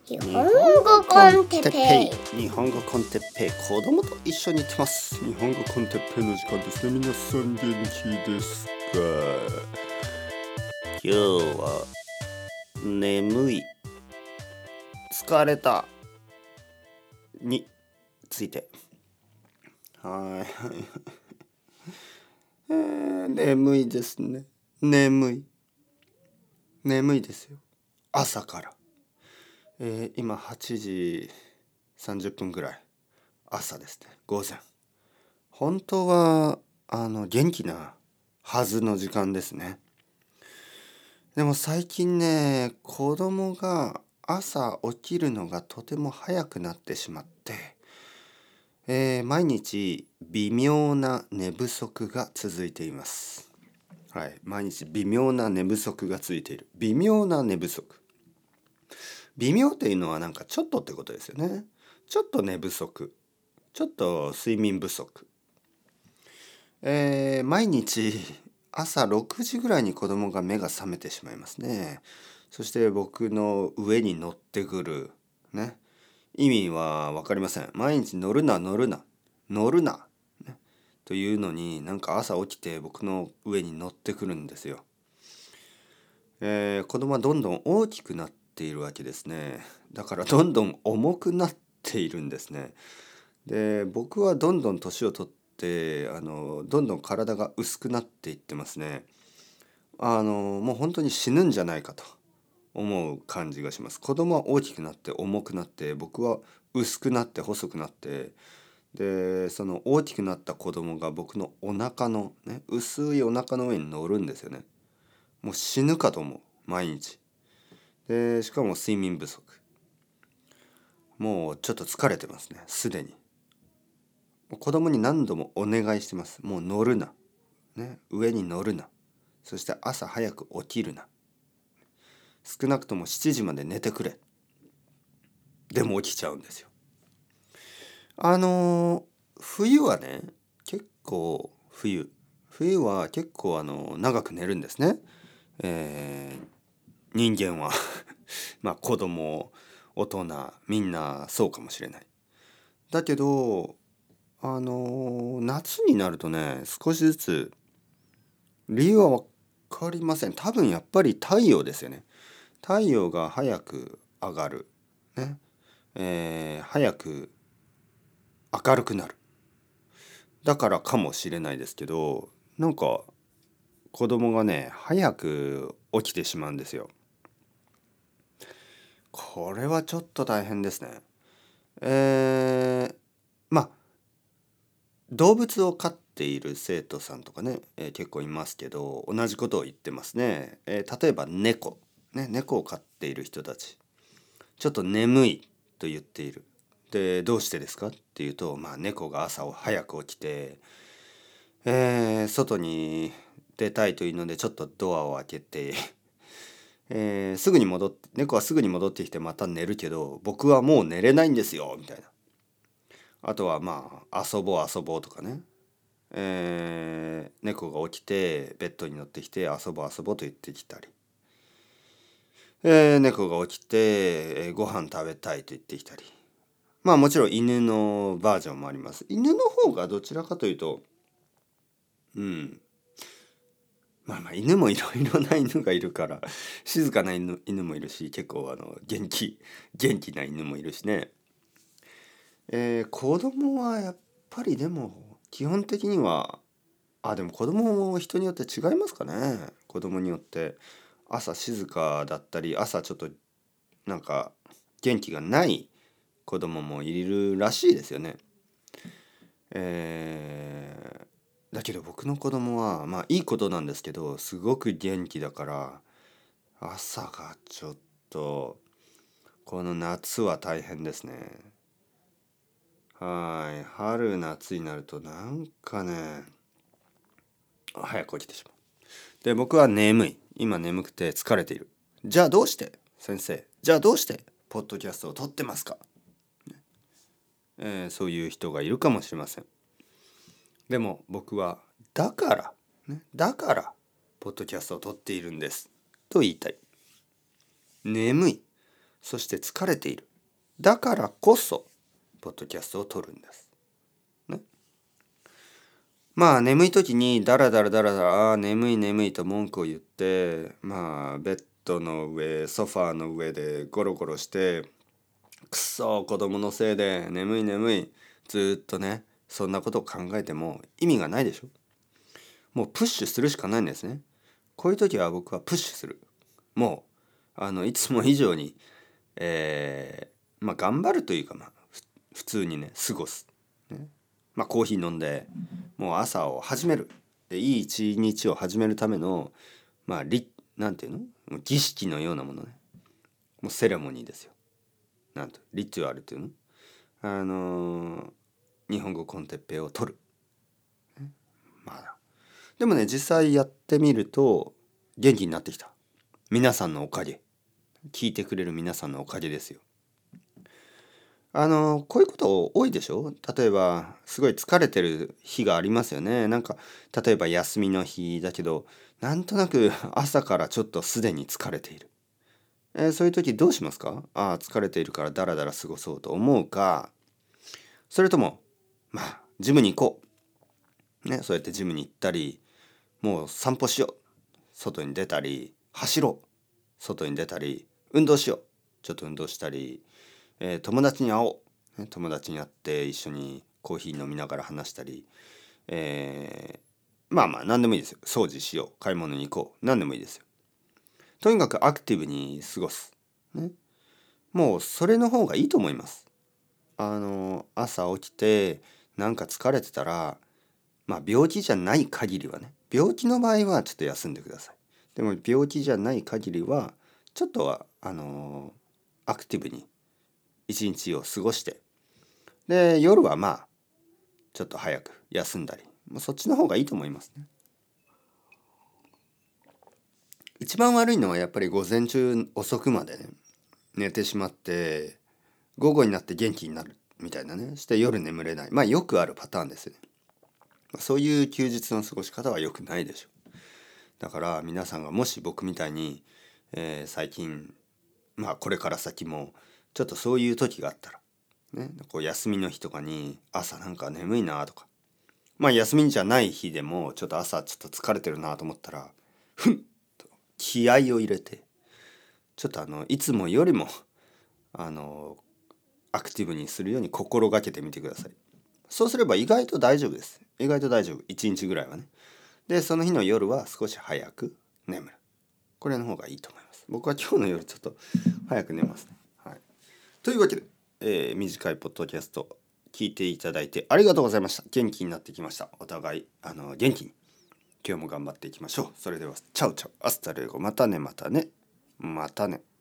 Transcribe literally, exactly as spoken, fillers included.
日本語コンテッペイ日本語コンテッペイ子供と一緒に行ってます。日本語コンテッペイの時間ですね。皆さん元気ですか？今日は眠い、疲れたについてはい、えー、眠いですね。眠い眠いですよ。朝から、えー、今はちじさんじゅっぷんぐらい、朝ですね。午前、本当はあの元気なはずの時間ですね。でも最近ね、子供が朝起きるのがとても早くなってしまって、えー毎日微妙な寝不足が続いています。はい、毎日微妙な寝不足がついている。微妙な寝不足。微妙っていうのはなんかちょっとってことですよね。ちょっと寝不足。ちょっと睡眠不足。えー毎日朝ろくじぐらいに子供が目が覚めてしまいますね。そして僕の上に乗ってくる。ね。意味は分かりません。毎日乗るな乗るな乗るな、ね、というのに、なんか朝起きて僕の上に乗ってくるんですよ。えー子供はどんどん大きくなっているわけですね。だからどんどん重くなっているんですね。で、僕はどんどん年を取ってあのどんどん体が薄くなっていってますね。あのもう本当に死ぬんじゃないかと思う感じがします。子供は大きくなって重くなって、僕は薄くなって細くなって、でその大きくなった子供が僕のお腹のね、薄いお腹の上に乗るんですよね。もう死ぬかと思う、毎日。でしかも睡眠不足。もうちょっと疲れてますね、すでに。子供に何度もお願いしてます。もう乗るな、ね、上に乗るな。そして朝早く起きるな。少なくともしちじまで寝てくれ。でも起きちゃうんですよ。あのー冬はね、結構冬冬は結構あの長く寝るんですね。えー人間はまあ子供、大人、みんなそうかもしれない。だけどあのー夏になるとね、少しずつ、理由は分かりません。多分やっぱり太陽ですよね。太陽が早く上がる、ね、えー早く明るくなる。だからかもしれないですけど、なんか子供がね早く起きてしまうんですよ。これはちょっと大変ですね。えー、まあ動物を飼っている生徒さんとかね、えー結構いますけど、同じことを言ってますね。えー例えば猫、ね、猫を飼っている人たち、ちょっと眠いと言っている。で、どうしてですかっていうと、まあ猫が朝を早く起きて、えー外に出たいというのでちょっとドアを開けて、えーすぐに戻って猫はすぐに戻ってきてまた寝るけど、僕はもう寝れないんですよみたいな。あとはまあ遊ぼう遊ぼうとかね、えー猫が起きてベッドに乗ってきて遊ぼう遊ぼうと言ってきたり、えー猫が起きて、えーご飯食べたいと言ってきたり。まあもちろん犬のバージョンもあります。犬の方がどちらかというと、うんまあまあ犬もいろいろな犬がいるから、静かな犬、犬もいるし、結構あの元気元気な犬もいるしね。えー子供はやっぱりでも基本的には、あでも子供も人によって違いますかね。子供によって朝静かだったり、朝ちょっとなんか元気がない子供もいるらしいですよね。えーだけど僕の子供はまあいいことなんですけど、すごく元気だから、朝がちょっとこの夏は大変ですね。はい、春夏になるとなんかね、早く起きてしまう。で、僕は眠い。今眠くて疲れている。じゃあどうして先生、じゃあどうしてポッドキャストを撮ってますか？えーそういう人がいるかもしれません。でも僕はだから、ね、だからポッドキャストを撮っているんですと言いたい。眠い。 そして疲れている。だからこそポッドキャストを撮るんですね。まあ眠い時にダラダラダラダラ、あー眠い眠いと文句を言って、まあベッドの上、ソファーの上でゴロゴロして、くそ子供のせいで眠い眠い、ずーっとねそんなことを考えても意味がないでしょ。もうプッシュするしかないんですね。こういう時は僕はプッシュする。もうあのいつも以上に、えー、まあ頑張るというか、まあ普通にね過ごす、ね、まあコーヒー飲んでもう朝を始める。でいい一日を始めるためのまあリなんていうの、もう儀式のようなものね。もうセレモニーですよ。なんとリチュアルっていうの、あのー日本語コンテッペイを取る。まあでもね実際やってみると元気になってきた。皆さんのおかげ、聞いてくれる皆さんのおかげですよ。あのこういうこと多いでしょ。例えばすごい疲れてる日がありますよね。なんか例えば休みの日だけどなんとなく朝からちょっとすでに疲れている。えーそういう時どうしますか。ああ疲れているからダラダラ過ごそうと思うか、それともまあジムに行こう、ね、そうやってジムに行ったり、もう散歩しよう、外に出たり、走ろう、外に出たり、運動しよう、ちょっと運動したり、えー友達に会おう、ね、友達に会って一緒にコーヒー飲みながら話したり、えーまあまあ何でもいいですよ。掃除しよう、買い物に行こう、何でもいいですよ。とにかくアクティブに過ごす、ね、もうそれの方がいいと思います。あの朝起きてなんか疲れてたら、まあ病気じゃない限りはね、病気の場合はちょっと休んでください。でも病気じゃない限りはちょっとはあのアクティブに一日を過ごして、で夜はまあちょっと早く休んだり、まあ、そっちの方がいいと思いますね。一番悪いのはやっぱり午前中遅くまでね寝てしまって午後になって元気になるみたいなね、して夜眠れない、まあよくあるパターンですよね。そういう休日の過ごし方は良くないでしょう。だから皆さんがもし僕みたいに、えー最近まあこれから先もちょっとそういう時があったら、ね、こう休みの日とかに朝なんか眠いなとか、まあ休みじゃない日でもちょっと朝ちょっと疲れてるなと思ったら、ふんと気合を入れて、ちょっとあのいつもよりもあのアクティブにするように心がけてみてください。そうすれば意外と大丈夫です。意外と大丈夫。いちにちぐらいはね。でその日の夜は少し早く眠る。これの方がいいと思います。僕は今日の夜ちょっと早く寝ますね。はい、というわけで、えー短いポッドキャスト聞いていただいてありがとうございました。元気になってきました。お互いあの元気に今日も頑張っていきましょう。それではチャウチャウアスタルエゴ、またねまたねまたね。